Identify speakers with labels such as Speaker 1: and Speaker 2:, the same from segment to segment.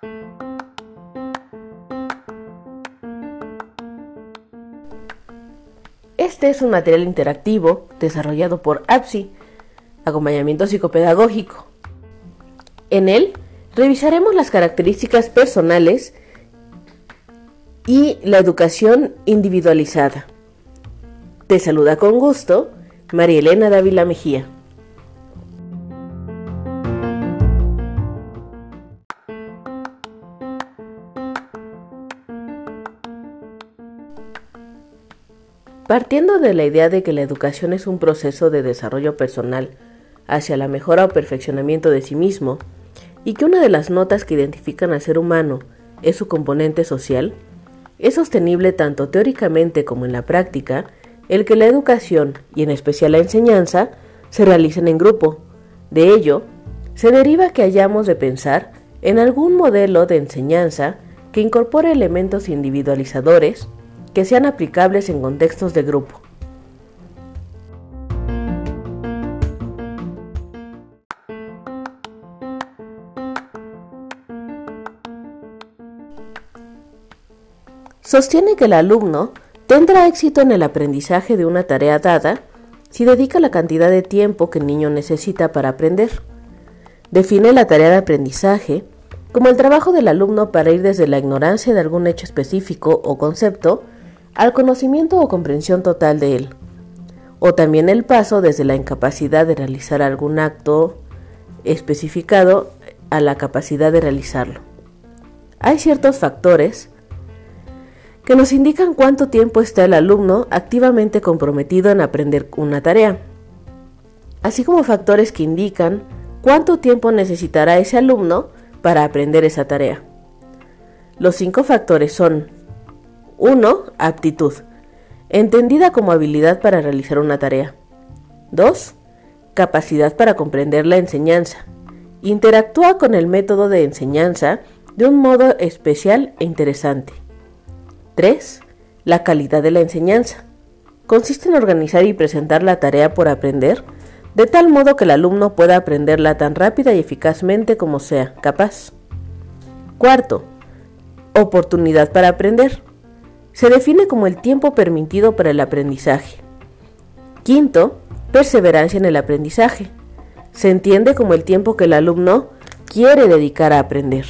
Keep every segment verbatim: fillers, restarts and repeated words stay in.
Speaker 1: Este es un material interactivo desarrollado por A P S I, Acompañamiento Psicopedagógico. En él revisaremos las características personales y la educación individualizada. Te saluda con gusto María Elena Dávila Mejía. Partiendo de la idea de que la educación es un proceso de desarrollo personal hacia la mejora o perfeccionamiento de sí mismo, y que una de las notas que identifican al ser humano es su componente social, es sostenible tanto teóricamente como en la práctica el que la educación, y en especial la enseñanza, se realicen en grupo. De ello, se deriva que hayamos de pensar en algún modelo de enseñanza que incorpore elementos individualizadores que sean aplicables en contextos de grupo. Sostiene que el alumno tendrá éxito en el aprendizaje de una tarea dada si dedica la cantidad de tiempo que el niño necesita para aprender. Define la tarea de aprendizaje como el trabajo del alumno para ir desde la ignorancia de algún hecho específico o concepto al conocimiento o comprensión total de él, o también el paso desde la incapacidad de realizar algún acto especificado a la capacidad de realizarlo. Hay ciertos factores que nos indican cuánto tiempo está el alumno activamente comprometido en aprender una tarea, así como factores que indican cuánto tiempo necesitará ese alumno para aprender esa tarea. Los cinco factores son: uno. Aptitud, entendida como habilidad para realizar una tarea. dos. Capacidad para comprender la enseñanza. Interactúa con el método de enseñanza de un modo especial e interesante. tres. La calidad de la enseñanza. Consiste en organizar y presentar la tarea por aprender, de tal modo que el alumno pueda aprenderla tan rápida y eficazmente como sea capaz. Cuarto. Oportunidad para aprender. Se define como el tiempo permitido para el aprendizaje. Quinto, perseverancia en el aprendizaje. Se entiende como el tiempo que el alumno quiere dedicar a aprender.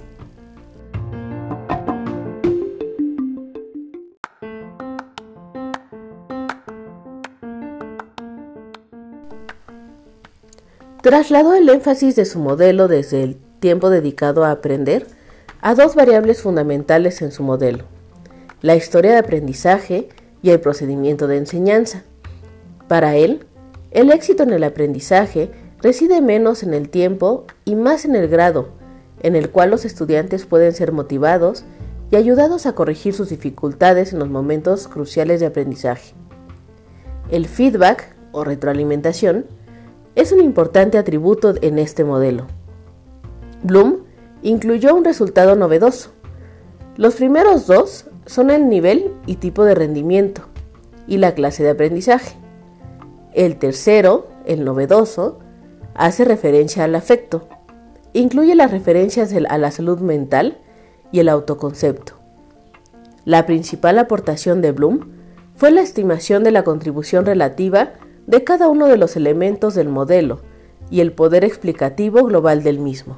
Speaker 1: Trasladó el énfasis de su modelo desde el tiempo dedicado a aprender a dos variables fundamentales en su modelo: la historia de aprendizaje y el procedimiento de enseñanza. Para él, el éxito en el aprendizaje reside menos en el tiempo y más en el grado en el cual los estudiantes pueden ser motivados y ayudados a corregir sus dificultades en los momentos cruciales de aprendizaje. El feedback o retroalimentación es un importante atributo en este modelo. Bloom incluyó un resultado novedoso. Los primeros dos son el nivel y tipo de rendimiento y la clase de aprendizaje. El tercero, el novedoso, hace referencia al afecto. Incluye las referencias a la salud mental y el autoconcepto. La principal aportación de Bloom fue la estimación de la contribución relativa de cada uno de los elementos del modelo y el poder explicativo global del mismo.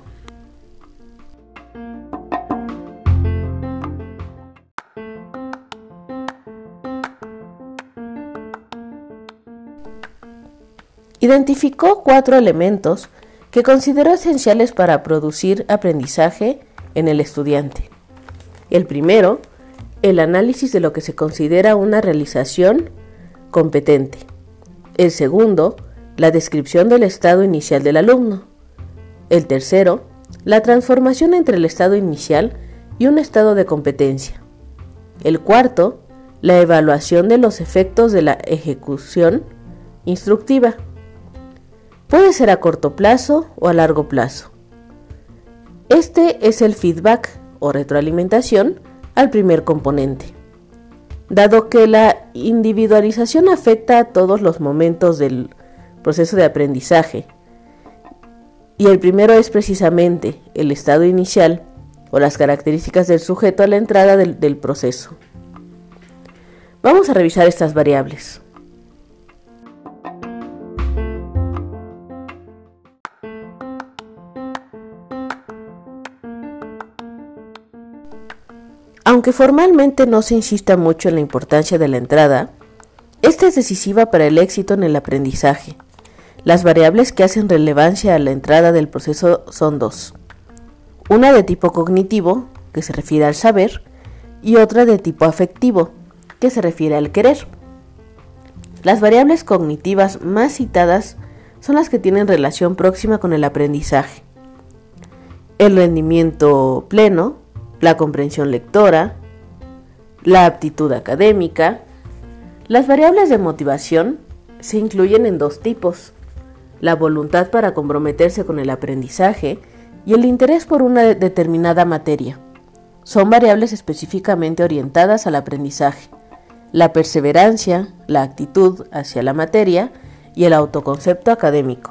Speaker 1: Identificó cuatro elementos que consideró esenciales para producir aprendizaje en el estudiante. El primero, el análisis de lo que se considera una realización competente. El segundo, la descripción del estado inicial del alumno. El tercero, la transformación entre el estado inicial y un estado de competencia. El cuarto, la evaluación de los efectos de la ejecución instructiva. Puede ser a corto plazo o a largo plazo. Este es el feedback o retroalimentación al primer componente. Dado que la individualización afecta a todos los momentos del proceso de aprendizaje, y el primero es precisamente el estado inicial o las características del sujeto a la entrada del, del proceso. Vamos a revisar estas variables. Aunque formalmente no se insista mucho en la importancia de la entrada, esta es decisiva para el éxito en el aprendizaje. Las variables que hacen relevancia a la entrada del proceso son dos. Una de tipo cognitivo, que se refiere al saber, y otra de tipo afectivo, que se refiere al querer. Las variables cognitivas más citadas son las que tienen relación próxima con el aprendizaje. El rendimiento pleno, la comprensión lectora, la aptitud académica. Las variables de motivación se incluyen en dos tipos: la voluntad para comprometerse con el aprendizaje y el interés por una determinada materia. Son variables específicamente orientadas al aprendizaje: la perseverancia, la actitud hacia la materia y el autoconcepto académico.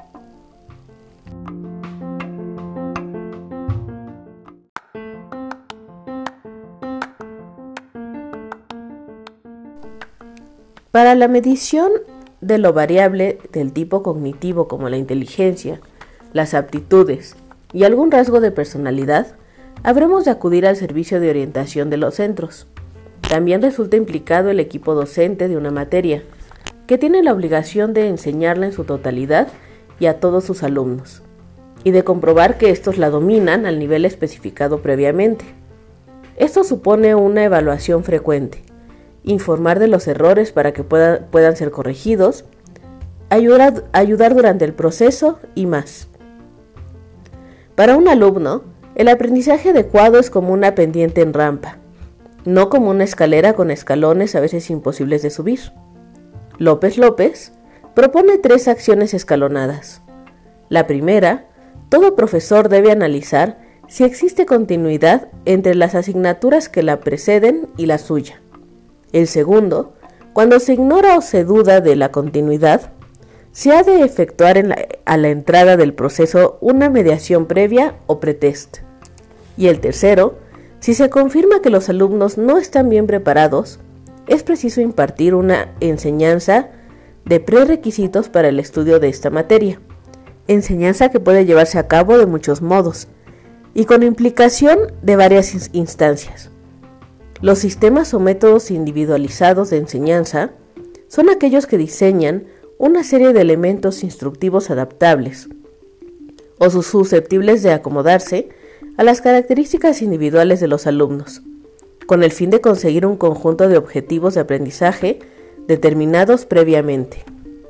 Speaker 1: Para la medición de lo variable del tipo cognitivo como la inteligencia, las aptitudes y algún rasgo de personalidad, habremos de acudir al servicio de orientación de los centros. También resulta implicado el equipo docente de una materia, que tiene la obligación de enseñarla en su totalidad y a todos sus alumnos, y de comprobar que estos la dominan al nivel especificado previamente. Esto supone una evaluación frecuente, informar de los errores para que pueda, puedan ser corregidos, ayudar, ayudar durante el proceso y más. Para un alumno, el aprendizaje adecuado es como una pendiente en rampa, no como una escalera con escalones a veces imposibles de subir. López López propone tres acciones escalonadas. La primera, todo profesor debe analizar si existe continuidad entre las asignaturas que la preceden y la suya. El segundo, cuando se ignora o se duda de la continuidad, se ha de efectuar en la, a la entrada del proceso una mediación previa o pretest. Y el tercero, si se confirma que los alumnos no están bien preparados, es preciso impartir una enseñanza de prerequisitos para el estudio de esta materia, enseñanza que puede llevarse a cabo de muchos modos y con implicación de varias instancias. Los sistemas o métodos individualizados de enseñanza son aquellos que diseñan una serie de elementos instructivos adaptables o susceptibles de acomodarse a las características individuales de los alumnos, con el fin de conseguir un conjunto de objetivos de aprendizaje determinados previamente.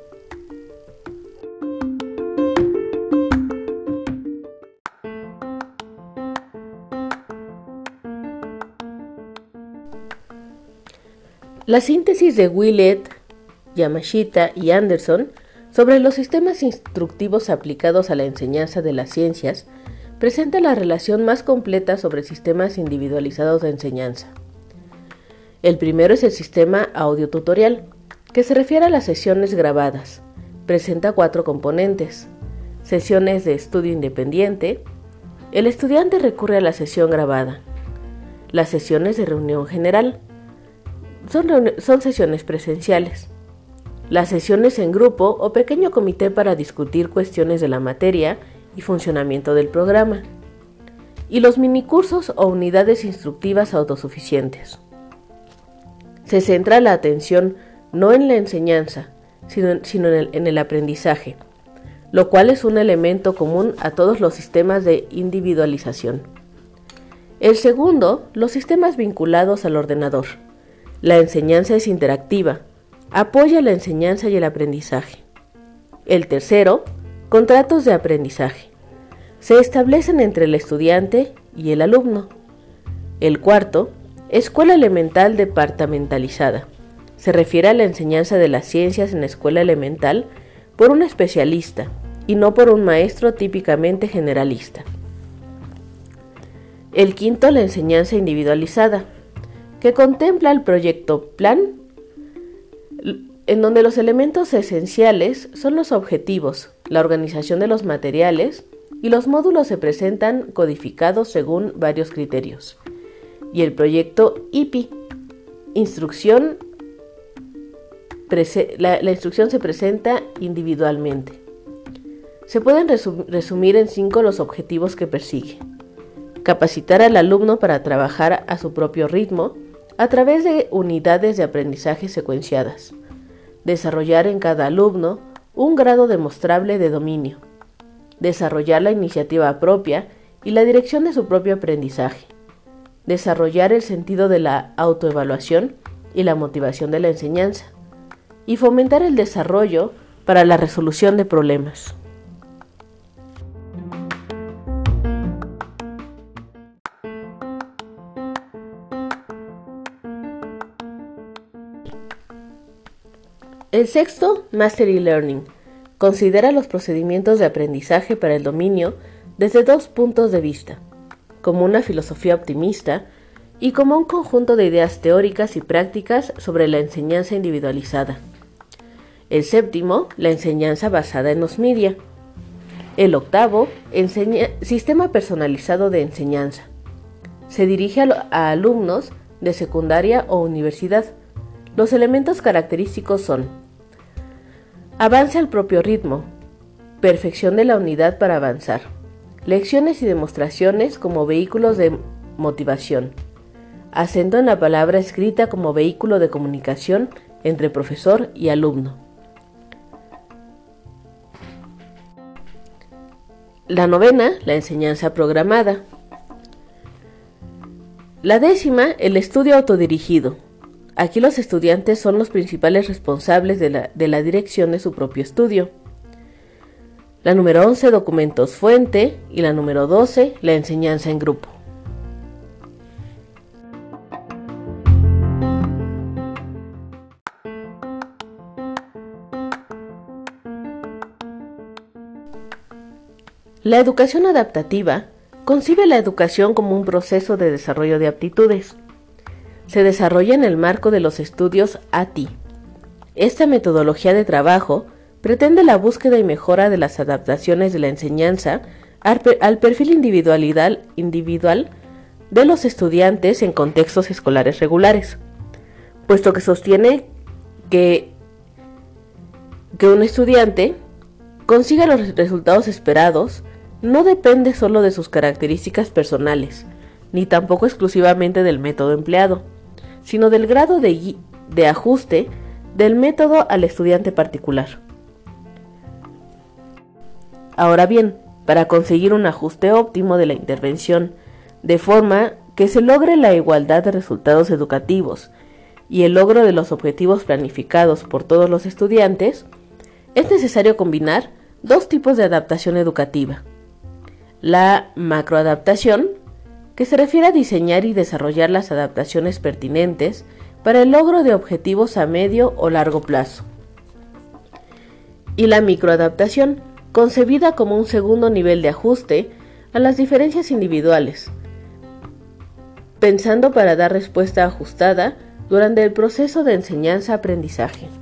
Speaker 1: La síntesis de Willett, Yamashita y Anderson sobre los sistemas instructivos aplicados a la enseñanza de las ciencias presenta la relación más completa sobre sistemas individualizados de enseñanza. El primero es el sistema audiotutorial, que se refiere a las sesiones grabadas. Presenta cuatro componentes: sesiones de estudio independiente, el estudiante recurre a la sesión grabada, las sesiones de reunión general, Son, son sesiones presenciales, las sesiones en grupo o pequeño comité para discutir cuestiones de la materia y funcionamiento del programa, y los minicursos o unidades instructivas autosuficientes. Se centra la atención no en la enseñanza, sino, sino en, el, en el aprendizaje, lo cual es un elemento común a todos los sistemas de individualización. El segundo, los sistemas vinculados al ordenador. La enseñanza es interactiva, apoya la enseñanza y el aprendizaje. El tercero, contratos de aprendizaje. Se establecen entre el estudiante y el alumno. El cuarto, escuela elemental departamentalizada. Se refiere a la enseñanza de las ciencias en la escuela elemental por un especialista y no por un maestro típicamente generalista. El quinto, la enseñanza individualizada, que contempla el proyecto plan, en donde los elementos esenciales son los objetivos, la organización de los materiales y los módulos se presentan codificados según varios criterios. Y el proyecto I P I, instrucción, la, la instrucción se presenta individualmente. Se pueden resum- resumir en cinco los objetivos que persigue. Capacitar al alumno para trabajar a su propio ritmo a través de unidades de aprendizaje secuenciadas. Desarrollar en cada alumno un grado demostrable de dominio. Desarrollar la iniciativa propia y la dirección de su propio aprendizaje. Desarrollar el sentido de la autoevaluación y la motivación de la enseñanza. Y fomentar el desarrollo para la resolución de problemas. El sexto, Mastery Learning, considera los procedimientos de aprendizaje para el dominio desde dos puntos de vista, como una filosofía optimista y como un conjunto de ideas teóricas y prácticas sobre la enseñanza individualizada. El séptimo, la enseñanza basada en los media. El octavo, enseña, sistema personalizado de enseñanza. Se dirige a, a alumnos de secundaria o universidad. Los elementos característicos son: avance al propio ritmo, perfección de la unidad para avanzar, lecciones y demostraciones como vehículos de motivación, acento en la palabra escrita como vehículo de comunicación entre profesor y alumno. La novena, la enseñanza programada. La décima, el estudio autodirigido. Aquí los estudiantes son los principales responsables de la, de la dirección de su propio estudio. La número once, documentos fuente, y la número doce, la enseñanza en grupo. La educación adaptativa concibe la educación como un proceso de desarrollo de aptitudes. Se desarrolla en el marco de los estudios A T I. Esta metodología de trabajo pretende la búsqueda y mejora de las adaptaciones de la enseñanza al perfil individualidad, individual de los estudiantes en contextos escolares regulares, puesto que sostiene que, que un estudiante consiga los resultados esperados no depende solo de sus características personales, ni tampoco exclusivamente del método empleado, sino del grado de, de ajuste del método al estudiante particular. Ahora bien, para conseguir un ajuste óptimo de la intervención, de forma que se logre la igualdad de resultados educativos y el logro de los objetivos planificados por todos los estudiantes, es necesario combinar dos tipos de adaptación educativa. La macroadaptación, que se refiere a diseñar y desarrollar las adaptaciones pertinentes para el logro de objetivos a medio o largo plazo. Y la microadaptación, concebida como un segundo nivel de ajuste a las diferencias individuales, pensando para dar respuesta ajustada durante el proceso de enseñanza-aprendizaje.